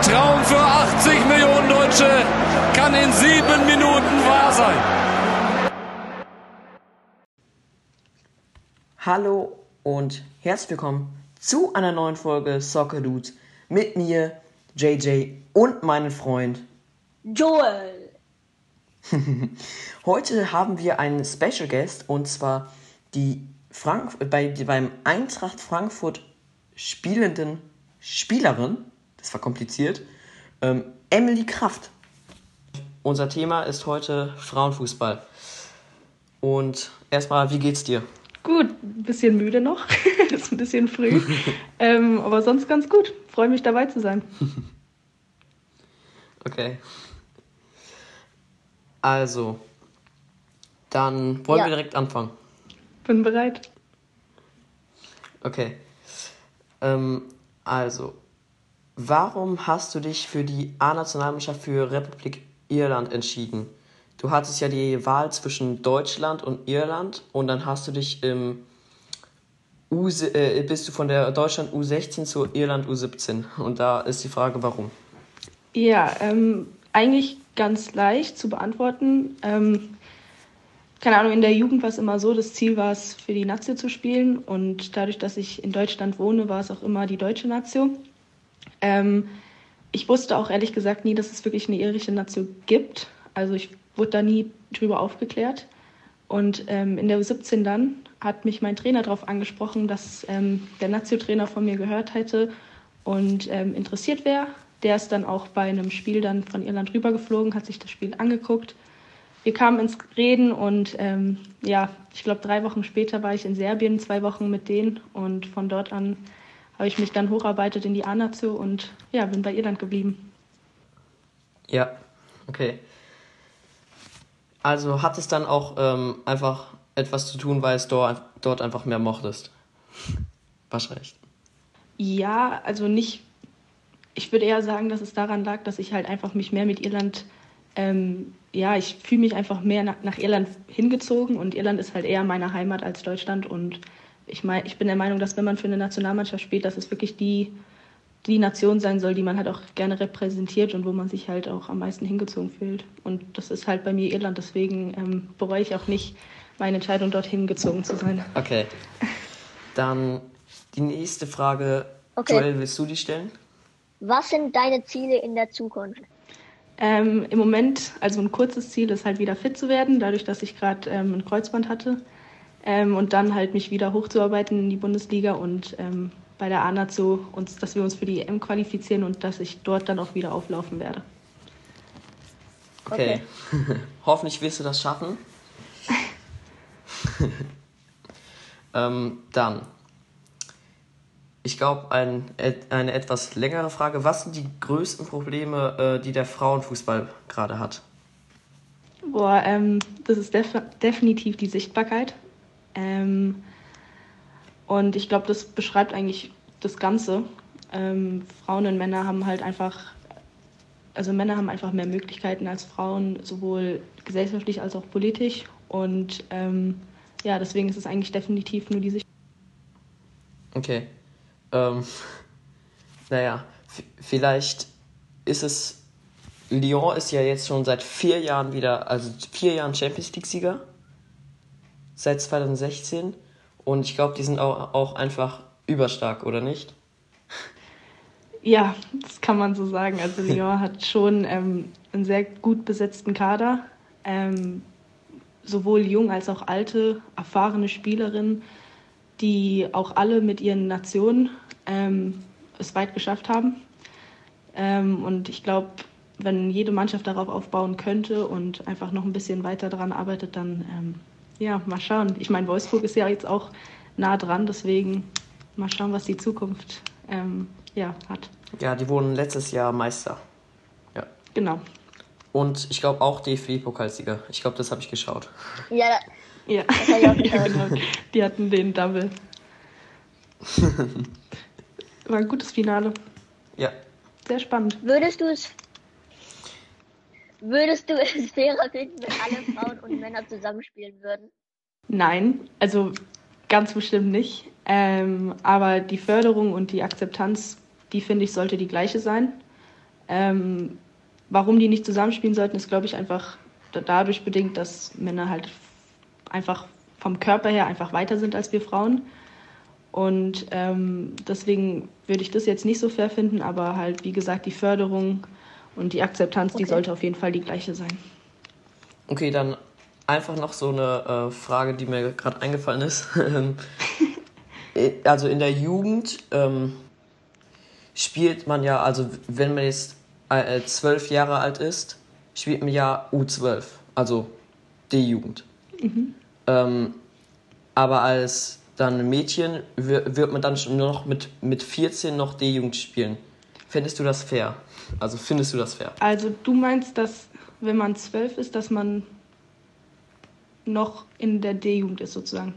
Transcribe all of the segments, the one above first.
Traum für 80 Millionen Deutsche kann in 7 Minuten wahr sein. Hallo und herzlich willkommen zu einer neuen Folge Soccer Dudes mit mir, JJ und meinem Freund Joel. Heute haben wir einen Special Guest und zwar die beim Eintracht Frankfurt spielenden Spielerin, das war kompliziert, Emily Kraft. Unser Thema ist heute Frauenfußball. Und erstmal, wie geht's dir? Gut, ein bisschen müde noch, ist ein bisschen früh, aber sonst ganz gut. Freue mich dabei zu sein. Okay. Also, dann wollen wir direkt anfangen. Bin bereit. Okay. Also, warum hast du dich für die A-Nationalmannschaft für Republik Irland entschieden? Du hattest ja die Wahl zwischen Deutschland und Irland und dann hast du dich bist du von der Deutschland U16 zur Irland U17 und da ist die Frage, warum? Ja, eigentlich ganz leicht zu beantworten. Keine Ahnung, in der Jugend war es immer so, das Ziel war es, für die Nazio zu spielen und dadurch, dass ich in Deutschland wohne, war es auch immer die deutsche Nazio. Ich wusste auch ehrlich gesagt nie, dass es wirklich eine irische Nazio gibt. Also ich wurde da nie drüber aufgeklärt. Und in der U17 dann hat mich mein Trainer darauf angesprochen, dass der Nazio-Trainer von mir gehört hätte und interessiert wäre. Der ist dann auch bei einem Spiel dann von Irland rübergeflogen, hat sich das Spiel angeguckt. Wir kamen ins Reden und ich glaube 3 Wochen später war ich in Serbien, 2 Wochen mit denen. Und von dort an habe ich mich dann hocharbeitet in die A-Nazio und ja, bin bei Irland geblieben. Ja, okay. Also hat es dann auch einfach etwas zu tun, weil es dort einfach mehr mochtest? Wahrscheinlich. Ja, also nicht. Ich würde eher sagen, dass es daran lag, dass ich halt einfach mich mehr mit Irland, ich fühle mich einfach mehr nach Irland hingezogen und Irland ist halt eher meine Heimat als Deutschland und ich bin der Meinung, dass wenn man für eine Nationalmannschaft spielt, dass es wirklich die Nation sein soll, die man halt auch gerne repräsentiert und wo man sich halt auch am meisten hingezogen fühlt. Und das ist halt bei mir Irland, deswegen bereue ich auch nicht meine Entscheidung, dorthin gezogen zu sein. Okay, dann die nächste Frage. Okay. Joel, willst du die stellen? Was sind deine Ziele in der Zukunft? Im Moment, also ein kurzes Ziel ist halt wieder fit zu werden, dadurch, dass ich gerade ein Kreuzband hatte. Und dann halt mich wieder hochzuarbeiten in die Bundesliga und bei der A-Nazio, dass wir uns für die EM qualifizieren und dass ich dort dann auch wieder auflaufen werde. Okay. Hoffentlich wirst du das schaffen. Dann, ich glaube, eine etwas längere Frage. Was sind die größten Probleme, die der Frauenfußball gerade hat? Das ist definitiv die Sichtbarkeit. Und ich glaube, das beschreibt eigentlich das Ganze. Frauen und Männer haben halt einfach, also Männer haben einfach mehr Möglichkeiten als Frauen, sowohl gesellschaftlich als auch politisch. Und deswegen ist es eigentlich definitiv nur die Sichtbarkeit. Okay. Vielleicht ist es. Lyon ist ja jetzt schon seit 4 Jahren also 4 Jahren Champions League-Sieger. Seit 2016. Und ich glaube, die sind auch einfach überstark, oder nicht? Ja, das kann man so sagen. Also Lyon hat schon einen sehr gut besetzten Kader. Sowohl jung als auch alte, erfahrene Spielerinnen, die auch alle mit ihren Nationen es weit geschafft haben. Und ich glaube, wenn jede Mannschaft darauf aufbauen könnte und einfach noch ein bisschen weiter daran arbeitet, dann mal schauen. Ich meine, Wolfsburg ist ja jetzt auch nah dran, deswegen mal schauen, was die Zukunft hat. Ja, die wurden letztes Jahr Meister. Ja. Genau. Und ich glaube auch DFB-Pokalsieger. Ich glaube, das habe ich geschaut. Ja. Das habe ich auch geschaut. Genau. Die hatten den Double. War ein gutes Finale. Ja. Sehr spannend. Würdest du es fairer finden, wenn alle Frauen und Männer zusammenspielen würden? Nein, also ganz bestimmt nicht. Aber die Förderung und die Akzeptanz, die finde ich, sollte die gleiche sein. Warum die nicht zusammenspielen sollten, ist, glaube ich, einfach dadurch bedingt, dass Männer halt einfach vom Körper her einfach weiter sind als wir Frauen. Und deswegen würde ich das jetzt nicht so fair finden, aber halt, wie gesagt, die Förderung und die Akzeptanz, die sollte auf jeden Fall die gleiche sein. Okay, dann einfach noch so eine Frage, die mir gerade eingefallen ist. Also in der Jugend spielt man ja, also wenn man jetzt 12 Jahre alt ist, spielt man ja U12, also D-Jugend. Aber als dann Mädchen wird man dann schon noch mit 14 noch D-Jugend spielen. Findest du das fair? Also findest du das fair? Also du meinst, dass wenn man 12 ist, dass man noch in der D-Jugend ist sozusagen?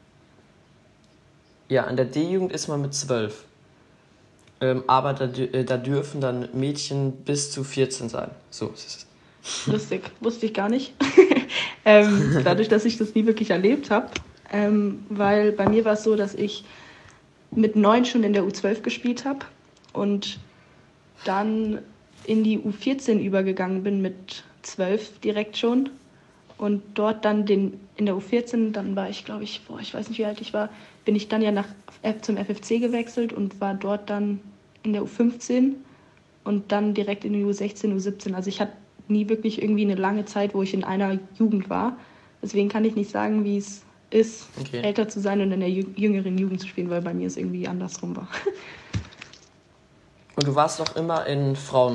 Ja, in der D-Jugend ist man mit 12. Aber da dürfen dann Mädchen bis zu 14 sein. So ist es. Lustig, wusste ich gar nicht. Dadurch, dass ich das nie wirklich erlebt habe. Weil bei mir war es so, dass ich mit 9 schon in der U12 gespielt habe und dann in die U14 übergegangen bin mit 12 direkt schon. Und dort dann in der U14, dann war ich, glaube ich, ich weiß nicht, wie alt ich war, bin ich dann ja zum FFC gewechselt und war dort dann in der U15 und dann direkt in die U16, U17. Also ich hatte nie wirklich irgendwie eine lange Zeit, wo ich in einer Jugend war. Deswegen kann ich nicht sagen, wie es ist, älter zu sein und in der jüngeren Jugend zu spielen, weil bei mir es irgendwie andersrum war. Und du warst doch immer in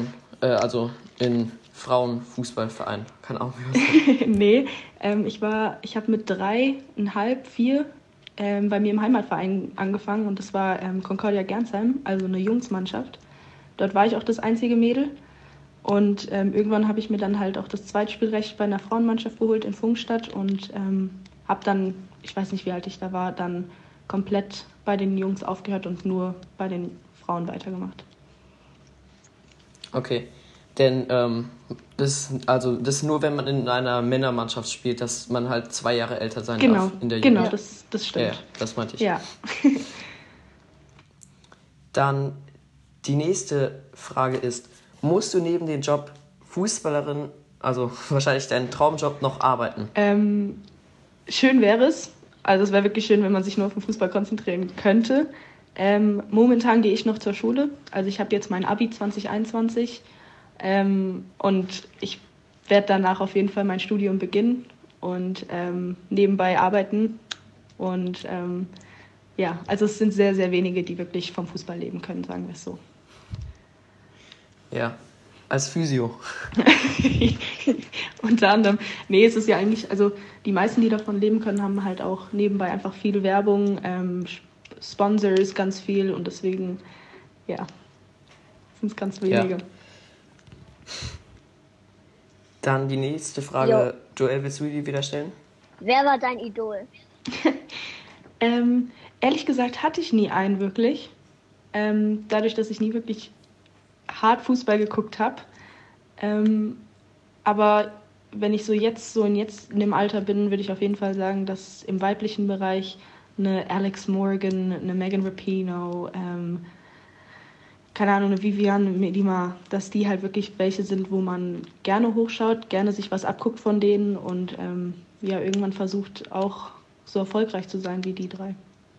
Frauenfußballverein. Keine Ahnung, wie das Nee, ich habe mit 3,5, 4 bei mir im Heimatverein angefangen und das war Concordia Gernsheim, also eine Jungsmannschaft. Dort war ich auch das einzige Mädel und irgendwann habe ich mir dann halt auch das Zweitspielrecht bei einer Frauenmannschaft geholt in Pfungstadt und habe dann, ich weiß nicht, wie alt ich da war, dann komplett bei den Jungs aufgehört und nur bei den Frauen weitergemacht. Okay, denn das ist nur, wenn man in einer Männermannschaft spielt, dass man halt 2 Jahre älter sein darf in der Jugend. Genau, das stimmt. Ja, das meinte ich. Ja. Dann die nächste Frage ist, musst du neben dem Job Fußballerin, also wahrscheinlich deinen Traumjob, noch arbeiten? Schön wäre es. Also es wäre wirklich schön, wenn man sich nur auf den Fußball konzentrieren könnte. Momentan gehe ich noch zur Schule. Also ich habe jetzt mein Abi 2021 und ich werde danach auf jeden Fall mein Studium beginnen und nebenbei arbeiten. Und ja, also es sind sehr, sehr wenige, die wirklich vom Fußball leben können, sagen wir es so. Ja, als Physio. Unter anderem. Nee, es ist ja eigentlich, also die meisten, die davon leben können, haben halt auch nebenbei einfach viel Werbung, Sponsors ganz viel und deswegen, ja, sind es ganz wenige. Ja. Dann die nächste Frage. Joel, willst du die wieder stellen? Wer war dein Idol? Ehrlich gesagt hatte ich nie einen wirklich. Dadurch, dass ich nie wirklich hart Fußball geguckt habe. Aber wenn ich jetzt in dem Alter bin, würde ich auf jeden Fall sagen, dass im weiblichen Bereich eine Alex Morgan, eine Megan Rapinoe, keine Ahnung, eine Viviane Miedema, dass die halt wirklich welche sind, wo man gerne hochschaut, gerne sich was abguckt von denen und ja, irgendwann versucht auch so erfolgreich zu sein wie die 3.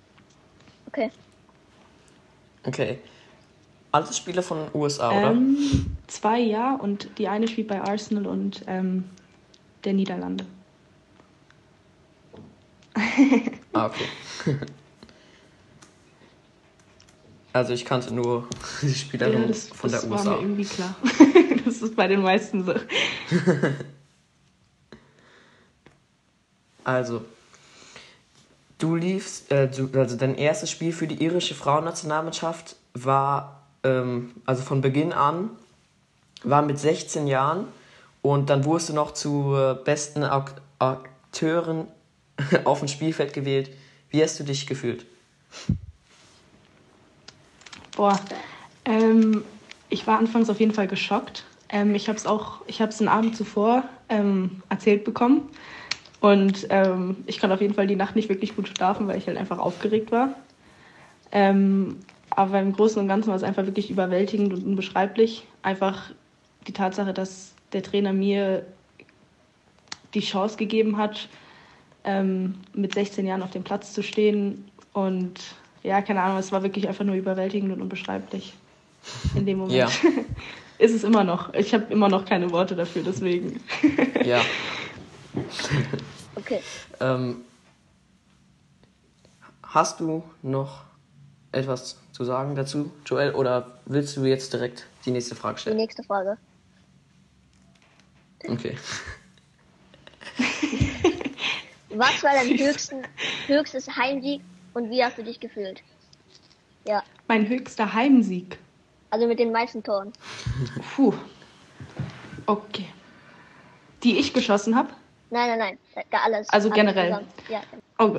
Okay. Alles Spieler von den USA, oder? 2 ja und die eine spielt bei Arsenal und der Niederlande. Okay. Also ich kannte nur die Spielerin von der USA. Das war mir irgendwie klar. Das ist bei den meisten so. Also, du liefst, also dein erstes Spiel für die irische Frauennationalmannschaft war, also von Beginn an, war mit 16 Jahren und dann wurdest du noch zur besten Akteurin auf dem Spielfeld gewählt. Wie hast du dich gefühlt? Ich war anfangs auf jeden Fall geschockt. Ich habe es den Abend zuvor erzählt bekommen und ich konnte auf jeden Fall die Nacht nicht wirklich gut schlafen, weil ich halt einfach aufgeregt war. Aber im Großen und Ganzen war es einfach wirklich überwältigend und unbeschreiblich. Einfach die Tatsache, dass der Trainer mir die Chance gegeben hat, mit 16 Jahren auf dem Platz zu stehen. Und ja, keine Ahnung, es war wirklich einfach nur überwältigend und unbeschreiblich in dem Moment. Ja. Ist es immer noch. Ich habe immer noch keine Worte dafür, deswegen. Ja. Okay. Hast du noch etwas zu sagen dazu, Joel, oder willst du jetzt direkt die nächste Frage Die stellen? nächste Frage. Okay. Was war dein höchstes Heimsieg und wie hast du dich gefühlt? Ja, Mein höchster Heimsieg. also mit den meisten Toren. Puh. Okay. Die ich geschossen habe? Nein. Da alles. Also alles generell. zusammen. Ja. Oh.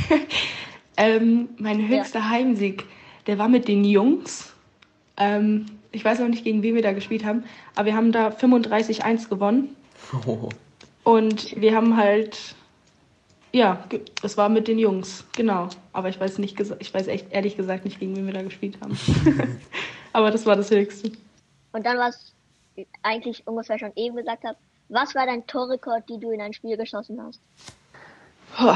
Mein höchster Heimsieg, der war mit den Jungs. Ich weiß noch nicht, gegen wen wir da gespielt haben, aber wir haben da 35-1 gewonnen. Oh. Und wir haben halt, ja, es war mit den Jungs, genau. Aber ich weiß echt ehrlich gesagt nicht, gegen wen wir da gespielt haben. Aber das war das Höchste. Und dann, was ich eigentlich ungefähr schon eben gesagt habe, was war dein Torrekord, die du in ein Spiel geschossen hast? Boah.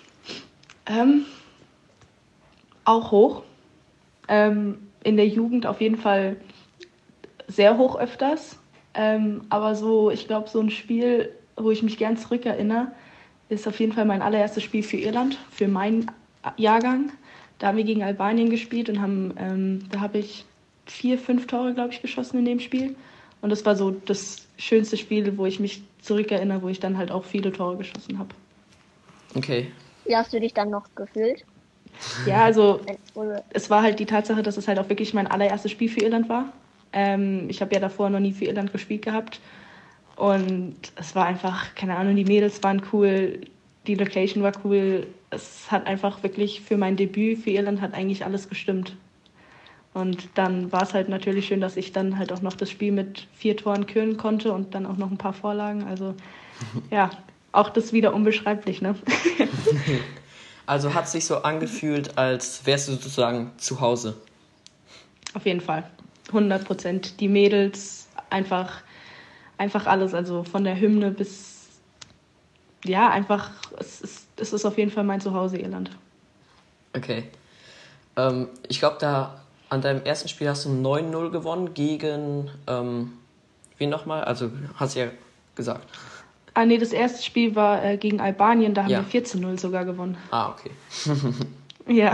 Auch hoch. In der Jugend auf jeden Fall sehr hoch öfters. Aber so, ich glaube, so ein Spiel, wo ich mich gern zurückerinnere, ist auf jeden Fall mein allererstes Spiel für Irland, für meinen Jahrgang. Da haben wir gegen Albanien gespielt und da habe ich 4, 5 Tore, glaube ich, geschossen in dem Spiel. Und das war so das schönste Spiel, wo ich mich zurückerinnere, wo ich dann halt auch viele Tore geschossen habe. Okay. Wie hast du dich dann noch gefühlt? Ja, also Oder- es war halt die Tatsache, dass es halt auch wirklich mein allererstes Spiel für Irland war. Ich habe ja davor noch nie für Irland gespielt gehabt. Und es war einfach, keine Ahnung, die Mädels waren cool, die Location war cool. Es hat einfach wirklich für mein Debüt für Irland hat eigentlich alles gestimmt. Und dann war es halt natürlich schön, dass ich dann halt auch noch das Spiel mit 4 Toren küren konnte und dann auch noch ein paar Vorlagen. Also ja, auch das wieder unbeschreiblich, ne? Also hat es sich so angefühlt, als wärst du sozusagen zu Hause. Auf jeden Fall. 100%. Die Mädels, einfach alles. Also von der Hymne bis, ja, einfach, es ist auf jeden Fall mein Zuhause, Irland. Okay. Ich glaube, da an deinem ersten Spiel hast du 9-0 gewonnen gegen, wen nochmal? Also, hast du ja gesagt. Ah, nee, das erste Spiel war gegen Albanien, da haben Ja. wir 14-0 sogar gewonnen. Ah, okay. Ja,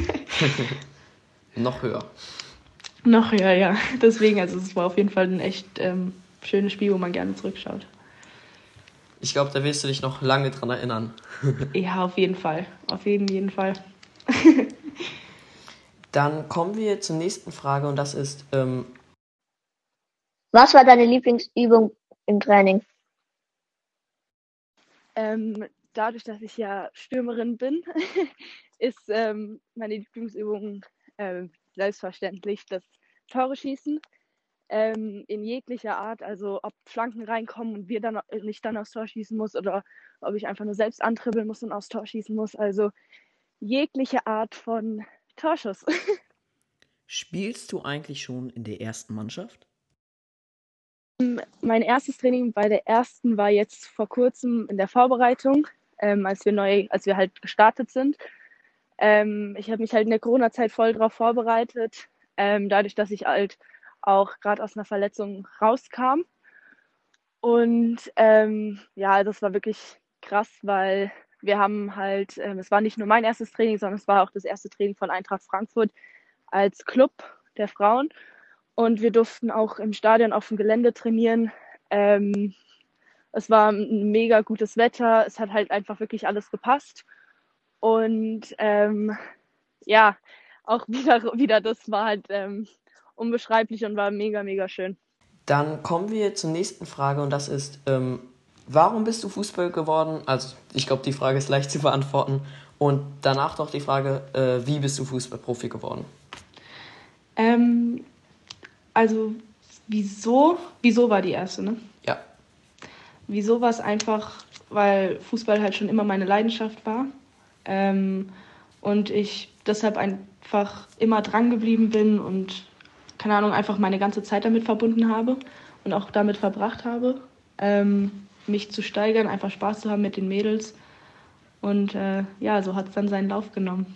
Noch höher. noch höher, ja. Deswegen, also es war auf jeden Fall ein echt schönes Spiel, wo man gerne zurückschaut. Ich glaube, da wirst du dich noch lange dran erinnern. Ja, auf jeden Fall. Auf jeden Fall. Dann kommen wir zur nächsten Frage und das ist, Was war deine Lieblingsübung im Training? Dadurch, dass ich ja Stürmerin bin, ist meine Lieblingsübung selbstverständlich das Tore schießen. In jeglicher Art, also ob Flanken reinkommen und ich dann aufs Tor schießen muss oder ob ich einfach nur selbst antribbeln muss und aufs Tor schießen muss. Also jegliche Art von Torschuss. Spielst du eigentlich schon in der ersten Mannschaft? Mein erstes Training bei der ersten war jetzt vor kurzem in der Vorbereitung, als wir halt gestartet sind. Ich habe mich halt in der Corona-Zeit voll drauf vorbereitet, dadurch, dass ich halt auch gerade aus einer Verletzung rauskam. Und ja, das war wirklich krass, weil wir haben halt, es war nicht nur mein erstes Training, sondern es war auch das erste Training von Eintracht Frankfurt als Club der Frauen. Und wir durften auch im Stadion auf dem Gelände trainieren. Es war ein mega gutes Wetter. Es hat halt einfach wirklich alles gepasst. Und ja, auch wieder das war halt unbeschreiblich und war mega, mega schön. dann kommen wir zur nächsten Frage und das ist, warum bist du Fußball geworden? Also, ich glaube, die Frage ist leicht zu beantworten. Und danach doch die Frage, wie bist du Fußballprofi geworden? Also, wieso war die erste, ne? Ja. Wieso war es einfach, weil Fußball halt schon immer meine Leidenschaft war. und ich deshalb einfach immer dran geblieben bin und, keine Ahnung, einfach meine ganze Zeit damit verbunden habe und auch damit verbracht habe, mich zu steigern, einfach Spaß zu haben mit den Mädels. Und ja, so hat es dann seinen Lauf genommen.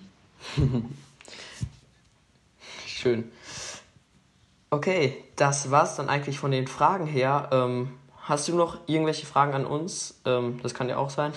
Schön. Okay, das war's dann eigentlich von den Fragen her. Hast du noch irgendwelche Fragen an uns? Das kann ja auch sein.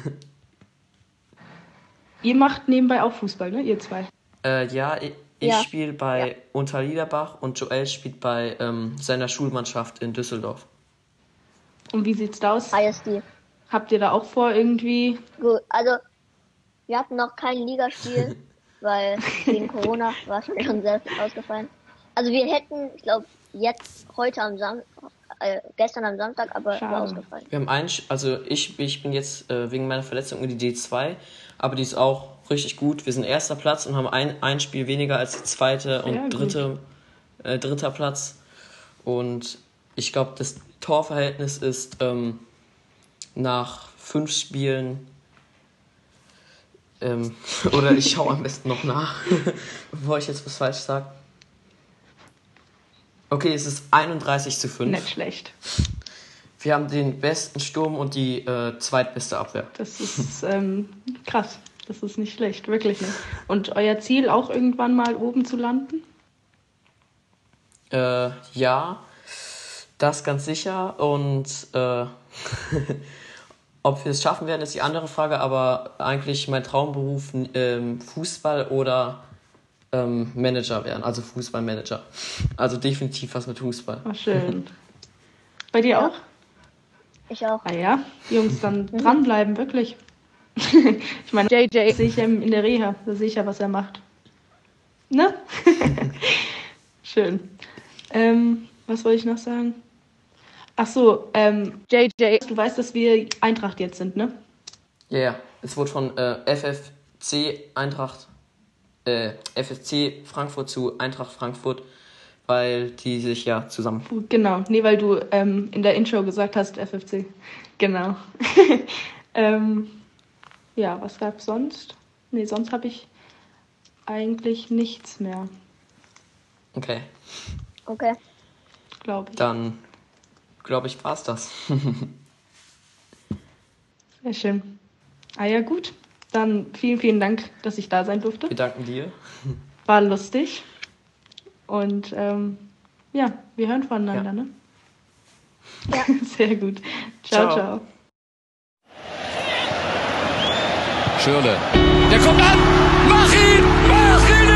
Ihr macht nebenbei auch Fußball, ne? Ihr zwei. Ja, ich Ja. spiele bei Ja. Unterliederbach und Joel spielt bei seiner Schulmannschaft in Düsseldorf. Und wie sieht's da aus? ISD. Habt ihr da auch vor, irgendwie? Gut, also wir hatten noch kein Ligaspiel, weil wegen Corona war es schon sehr viel ausgefallen. Also wir hätten, ich glaube, heute am gestern am Samstag, aber Schade. war ausgefallen. Wir haben ich bin jetzt wegen meiner Verletzung in die D2, aber die ist auch richtig gut. Wir sind erster Platz und haben ein Spiel weniger als die zweite und Sehr dritter Platz. Und ich glaube, das Torverhältnis ist nach 5 Spielen oder ich schaue am besten noch nach, bevor ich jetzt was falsch sage. Okay, es ist 31:5. Nicht schlecht. Wir haben den besten Sturm und die zweitbeste Abwehr. Das ist krass. Das ist nicht schlecht, wirklich nicht. Und euer Ziel auch irgendwann mal oben zu landen? Ja, das ganz sicher. Und ob wir es schaffen werden, ist die andere Frage. Aber eigentlich mein Traumberuf Fußball oder Manager werden. Also Fußballmanager. Also definitiv was mit Fußball. Oh, schön. Bei dir auch? Ich auch. Ah ja, Jungs, dann dranbleiben, wirklich. Ich meine, JJ sehe ich ja in der Reha, da sehe ich ja, was er macht. Ne? Schön. Was wollte ich noch sagen? Ach so, JJ, du weißt, dass wir Eintracht jetzt sind, ne? Ja, yeah. Es wurde von FFC Frankfurt zu Eintracht Frankfurt, weil die sich ja zusammen... Genau, nee, weil du in der Intro gesagt hast, FFC. Genau. Ja, was gab's sonst? Nee, sonst habe ich eigentlich nichts mehr, Okay, Okay. glaube ich. dann glaube ich, war's das. Sehr schön. Ah ja, gut. Dann vielen, vielen Dank, dass ich da sein durfte. Wir danken dir. War lustig. Und ja, wir hören voneinander, Ja. ne? Ja. Sehr gut. Ciao, Ciao. ciao. Schürrle. Der kommt an. Mach ihn! Mach ihn!